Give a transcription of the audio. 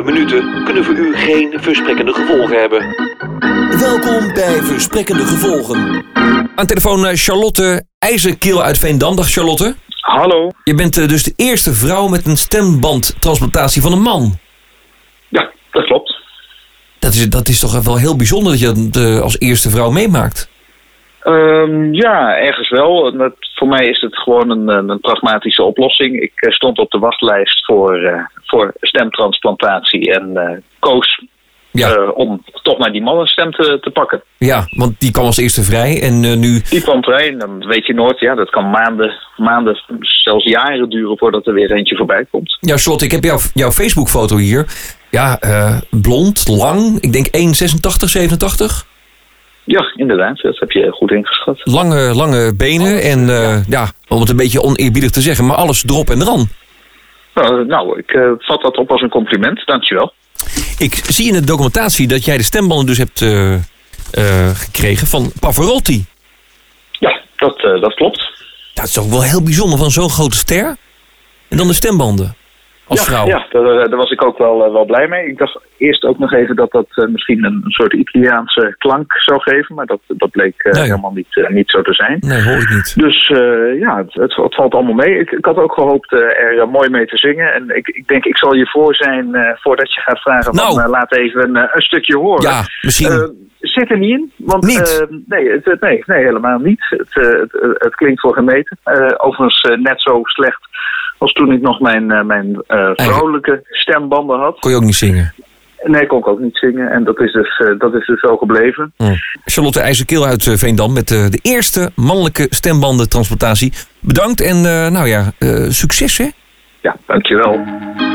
volgende minuten kunnen voor u geen versprekkende gevolgen hebben. Welkom bij Versprekkende Gevolgen. Aan telefoon Charlotte IJzerkeel uit Veendam. Dag Charlotte. Hallo. Je bent dus de eerste vrouw met een stembandtransplantatie van een man. Ja, dat klopt. Dat is toch wel heel bijzonder dat je dat als eerste vrouw meemaakt? Ja, ergens wel. Voor mij is het gewoon een pragmatische oplossing. Ik stond op de wachtlijst voor stemtransplantatie en koos om toch maar die mannenstem te pakken. Ja, want die kwam als eerste vrij en nu... Die kwam vrij en dan weet je nooit, dat kan maanden, zelfs jaren duren voordat er weer eentje voorbij komt. Ja, Charlotte, ik heb jouw Facebook-foto hier. Ja, blond, lang, ik denk 1,86, 87. Ja, inderdaad. Dat heb je goed ingeschat. Lange benen en om het een beetje oneerbiedig te zeggen, maar alles erop en eraan. Nou, ik vat dat op als een compliment. Dankjewel. Ik zie in de documentatie dat jij de stembanden dus hebt gekregen van Pavarotti. Ja, dat klopt. Dat is ook wel heel bijzonder van zo'n grote ster. En dan de stembanden. Als vrouw. Ja, daar was ik ook wel blij mee. Ik dacht eerst ook nog even dat misschien een soort Italiaanse klank zou geven. Maar dat bleek helemaal niet zo te zijn. Nee, hoor ik niet. Dus het valt allemaal mee. Ik had ook gehoopt er mooi mee te zingen. En ik denk, ik zal je voor zijn voordat je gaat vragen van laat even een stukje horen. Ja, misschien... Zit er niet in. Want, niet? Nee, helemaal niet. Het klinkt voor gemeten. Overigens net zo slecht als toen ik nog mijn vrouwelijke stembanden had. Kon je ook niet zingen? Nee, kon ik ook niet zingen. En dat is dus zo gebleven. Charlotte IJzerkeel uit Veendam met de eerste mannelijke stembandentransplantatie. Bedankt en succes hè? Ja, dankjewel.